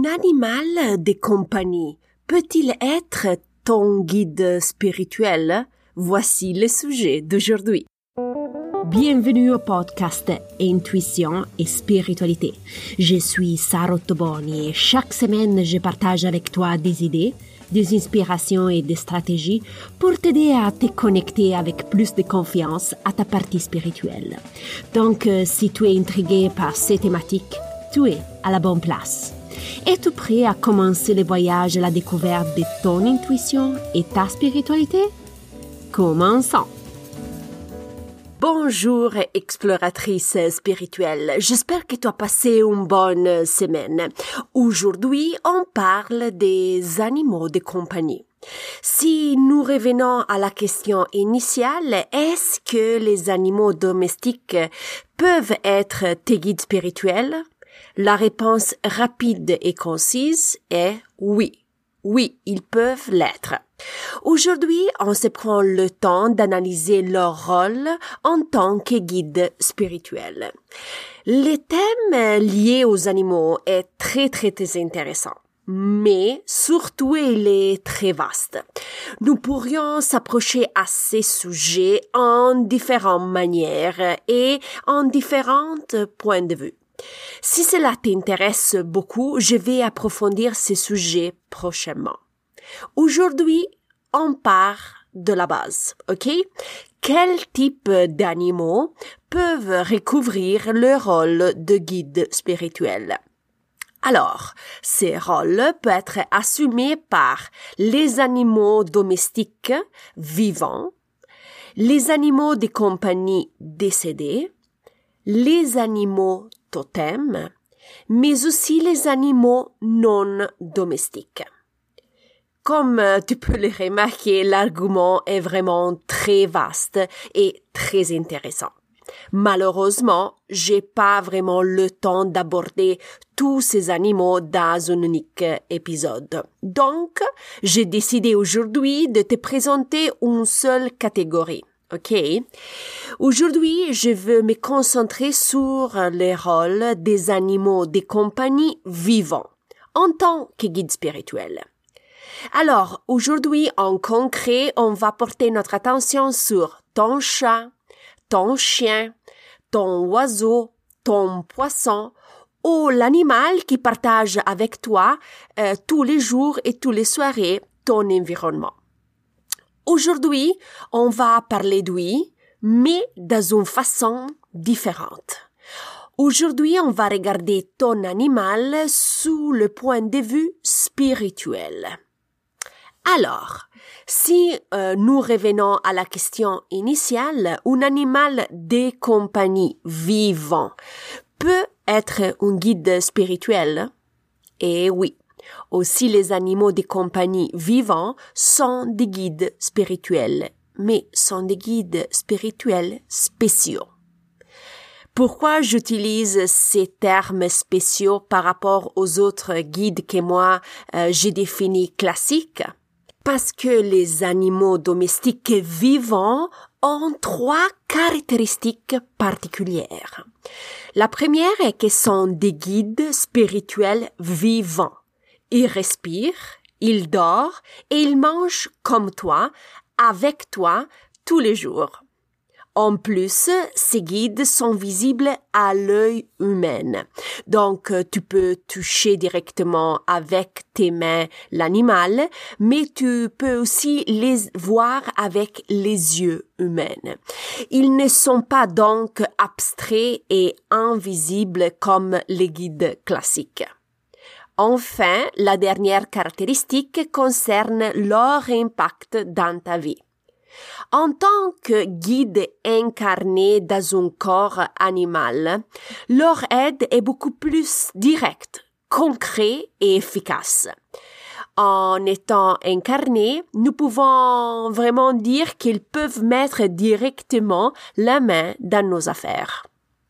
Un animal de compagnie peut-il être ton guide spirituel? Voici le sujet d'aujourd'hui. Bienvenue au podcast Intuition et Spiritualité. Je suis Sarah Ottoboni et chaque semaine je partage avec toi des idées, des inspirations et des stratégies pour t'aider à te connecter avec plus de confiance à ta partie spirituelle. Donc, si tu es intrigué par ces thématiques, tu es à la bonne place. Es-tu prêt à commencer le voyage à la découverte de ton intuition et ta spiritualité? Commençons! Bonjour exploratrice spirituelle, j'espère que tu as passé une bonne semaine. Aujourd'hui, on parle des animaux de compagnie. Si nous revenons à la question initiale, est-ce que les animaux domestiques peuvent être tes guides spirituels? La réponse rapide et concise est oui. Oui, ils peuvent l'être. Aujourd'hui, on se prend le temps d'analyser leur rôle en tant que guide spirituel. Le thème lié aux animaux est très intéressant. Mais surtout, il est très vaste. Nous pourrions s'approcher à ces sujets en différentes manières et en différents points de vue. Si cela t'intéresse beaucoup, je vais approfondir ces sujets prochainement. Aujourd'hui, on part de la base, ok? Quel type d'animaux peuvent recouvrir le rôle de guide spirituel? Alors, ces rôles peuvent être assumés par les animaux domestiques vivants, les animaux de compagnie décédés, les animaux totems, mais aussi les animaux non domestiques. Comme tu peux le remarquer, l'argument est vraiment très vaste et très intéressant. Malheureusement, j'ai pas vraiment le temps d'aborder tous ces animaux dans un unique épisode. Donc, j'ai décidé aujourd'hui de te présenter une seule catégorie. Ok. Aujourd'hui, je veux me concentrer sur les rôles des animaux de compagnie vivants en tant que guide spirituel. Alors, aujourd'hui, en concret, on va porter notre attention sur ton chat, ton chien, ton oiseau, ton poisson ou l'animal qui partage avec toi tous les jours et toutes les soirées ton environnement. Aujourd'hui, on va parler d'ouïe, mais dans une façon différente. Aujourd'hui, on va regarder ton animal sous le point de vue spirituel. Alors, si nous revenons à la question initiale, un animal de compagnie vivant peut être un guide spirituel? Eh oui. Aussi, les animaux de compagnie vivants sont des guides spirituels, mais sont des guides spirituels spéciaux. Pourquoi j'utilise ces termes spéciaux par rapport aux autres guides que moi j'ai définis classiques? Parce que les animaux domestiques vivants ont 3 caractéristiques particulières. La première est qu'ils sont des guides spirituels vivants. Ils respirent, ils dorment et ils mangent comme toi, avec toi, tous les jours. En plus, ces guides sont visibles à l'œil humain. Donc, tu peux toucher directement avec tes mains l'animal, mais tu peux aussi les voir avec les yeux humains. Ils ne sont pas donc abstraits et invisibles comme les guides classiques. Enfin, la dernière caractéristique concerne leur impact dans ta vie. En tant que guide incarné dans un corps animal, leur aide est beaucoup plus directe, concrète et efficace. En étant incarnés, nous pouvons vraiment dire qu'ils peuvent mettre directement la main dans nos affaires.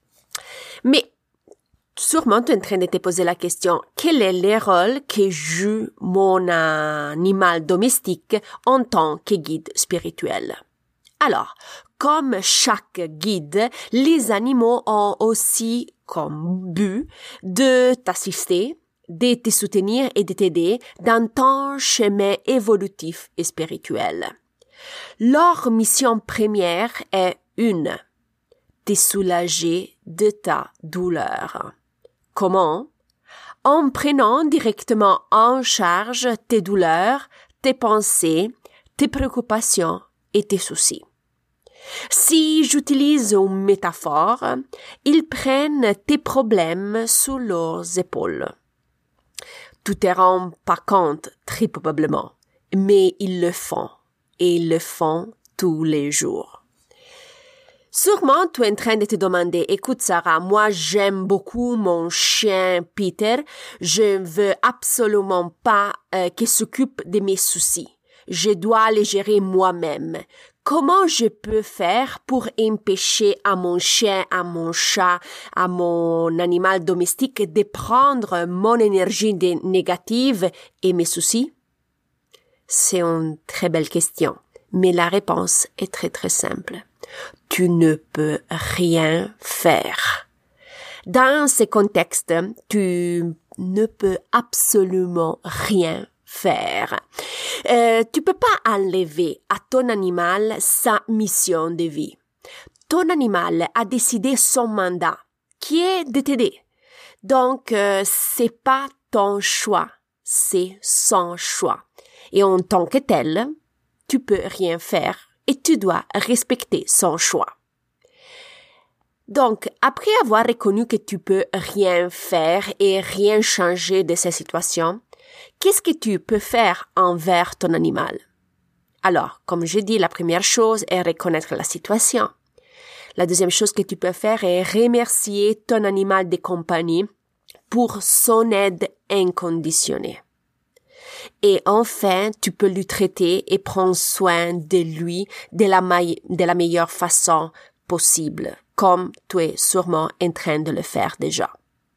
Mais sûrement, tu es en train de te poser la question, quel est le rôle que joue mon animal domestique en tant que guide spirituel? Alors, comme chaque guide, les animaux ont aussi comme but de t'assister, de te soutenir et de t'aider dans ton chemin évolutif et spirituel. Leur mission première est te soulager de ta douleur. Comment? En prenant directement en charge tes douleurs, tes pensées, tes préoccupations et tes soucis. Si j'utilise une métaphore, ils prennent tes problèmes sous leurs épaules. Tu te rends pas compte, très probablement, mais ils le font, et ils le font tous les jours. Sûrement, tu es en train de te demander, écoute Sarah, moi j'aime beaucoup mon chien Peter, je veux absolument pas qu'il s'occupe de mes soucis. Je dois les gérer moi-même. Comment je peux faire pour empêcher à mon chien, à mon chat, à mon animal domestique de prendre mon énergie négative et mes soucis? C'est une très belle question, mais la réponse est très très simple. Tu ne peux rien faire. Dans ce contexte, tu ne peux absolument rien faire. Tu peux pas enlever à ton animal sa mission de vie. Ton animal a décidé son mandat, qui est de t'aider. Donc, c'est pas ton choix, c'est son choix. Et en tant que tel, tu peux rien faire et tu dois respecter son choix. Donc, après avoir reconnu que tu peux rien faire et rien changer de cette situation, qu'est-ce que tu peux faire envers ton animal? Alors, comme je dis, la première chose est reconnaître la situation. La deuxième chose que tu peux faire est remercier ton animal de compagnie pour son aide inconditionnée. Et enfin, tu peux lui traiter et prendre soin de lui de la meilleure façon possible, comme tu es sûrement en train de le faire déjà.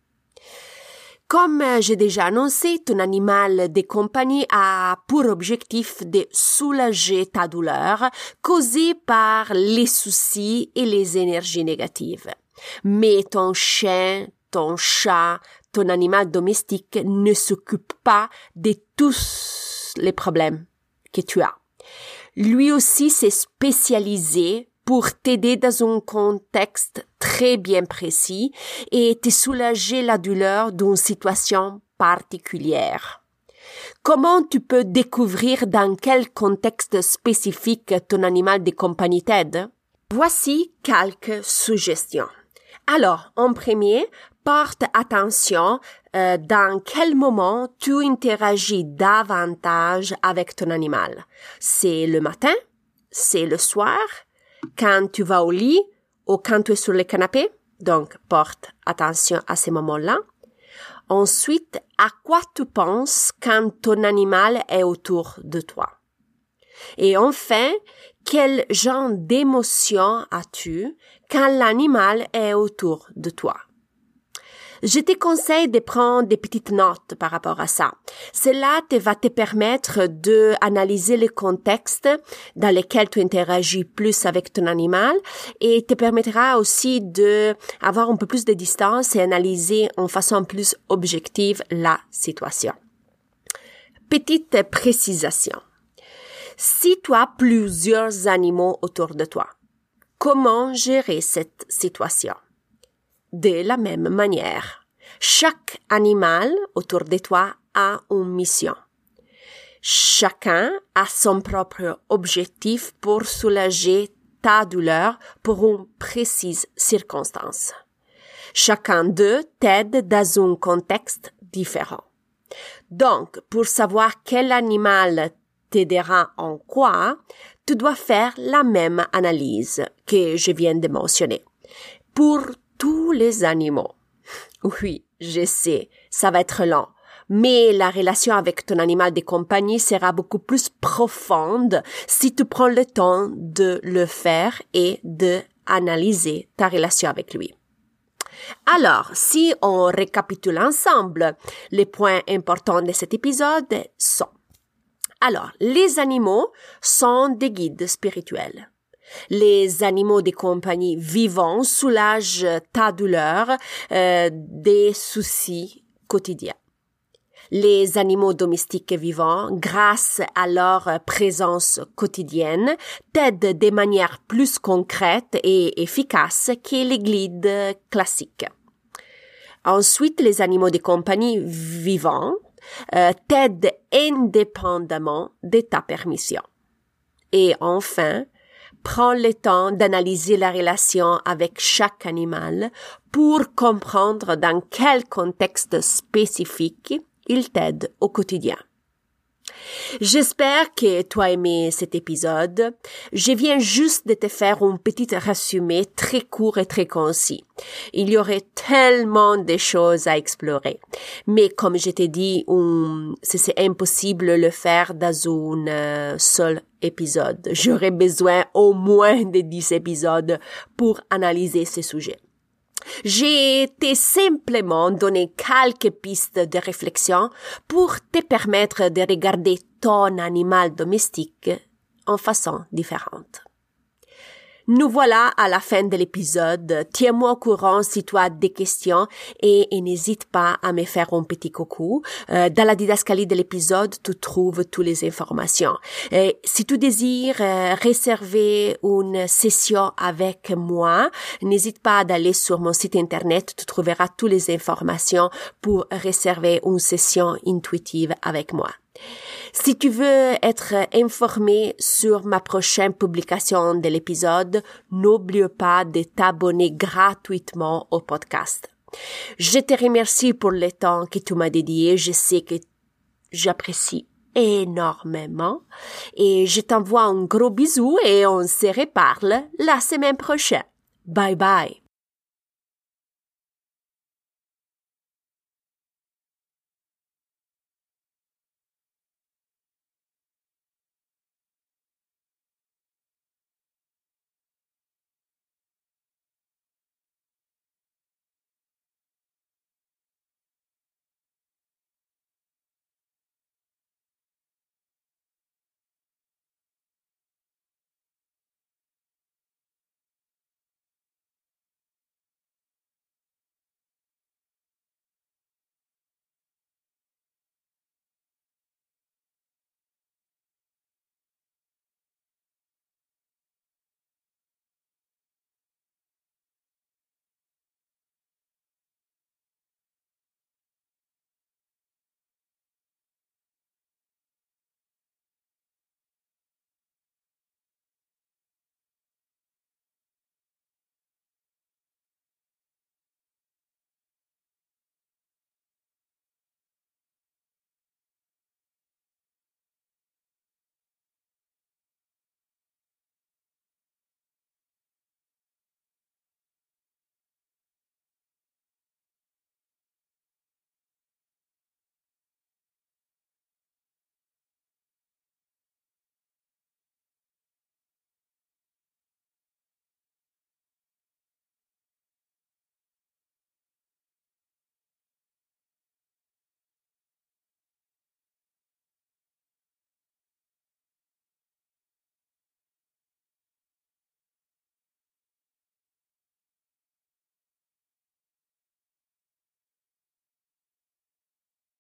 Comme j'ai déjà annoncé, ton animal de compagnie a pour objectif de soulager ta douleur causée par les soucis et les énergies négatives. Mais ton chien, ton chat, ton animal domestique ne s'occupe pas de tous les problèmes que tu as. Lui aussi s'est spécialisé pour t'aider dans un contexte très bien précis et te soulager la douleur d'une situation particulière. Comment tu peux découvrir dans quel contexte spécifique ton animal de compagnie t'aide? Voici quelques suggestions. Alors, en premier, porte attention dans quel moment tu interagis davantage avec ton animal. C'est le matin? C'est le soir? Quand tu vas au lit ou quand tu es sur le canapé? Donc, porte attention à ces moments-là. Ensuite, à quoi tu penses quand ton animal est autour de toi? Et enfin, quel genre d'émotion as-tu quand l'animal est autour de toi? Je te conseille de prendre des petites notes par rapport à ça. Cela va te permettre d'analyser le contexte dans lequel tu interagis plus avec ton animal et te permettra aussi d'avoir un peu plus de distance et analyser en façon plus objective la situation. Petite précisation. Si tu as plusieurs animaux autour de toi, comment gérer cette situation? De la même manière, chaque animal autour de toi a une mission. Chacun a son propre objectif pour soulager ta douleur pour une précise circonstance. Chacun d'eux t'aide dans un contexte différent. Donc, pour savoir quel animal t'aidera en quoi, tu dois faire la même analyse que je viens de mentionner. Pour tous les animaux. Oui, je sais, ça va être long, mais la relation avec ton animal de compagnie sera beaucoup plus profonde si tu prends le temps de le faire et de analyser ta relation avec lui. Alors, si on récapitule ensemble, les points importants de cet épisode sont: alors, les animaux sont des guides spirituels. Les animaux de compagnie vivants soulagent ta douleur des soucis quotidiens. Les animaux domestiques vivants, grâce à leur présence quotidienne, t'aident de manière plus concrète et efficace que les guides classiques. Ensuite, les animaux de compagnie vivants t'aident indépendamment de ta permission. Et enfin, prends le temps d'analyser la relation avec chaque animal pour comprendre dans quel contexte spécifique il t'aide au quotidien. J'espère que tu as aimé cet épisode. Je viens juste de te faire un petit résumé très court et très concis. Il y aurait tellement de choses à explorer. Mais comme je t'ai dit, c'est impossible de le faire dans un seul épisode. J'aurais besoin au moins de 10 épisodes pour analyser ce sujet. J'ai simplement donné quelques pistes de réflexion pour te permettre de regarder ton animal domestique en façon différente. Nous voilà à la fin de l'épisode. Tiens-moi au courant si tu as des questions et n'hésite pas à me faire un petit coucou. Dans la didascalie de l'épisode, tu trouves toutes les informations. Si tu désires réserver une session avec moi, n'hésite pas d'aller sur mon site internet. Tu trouveras toutes les informations pour réserver une session intuitive avec moi. Si tu veux être informé sur ma prochaine publication de l'épisode, n'oublie pas de t'abonner gratuitement au podcast. Je te remercie pour le temps que tu m'as dédié. Je sais que j'apprécie énormément et je t'envoie un gros bisou et on se reparle la semaine prochaine. Bye bye.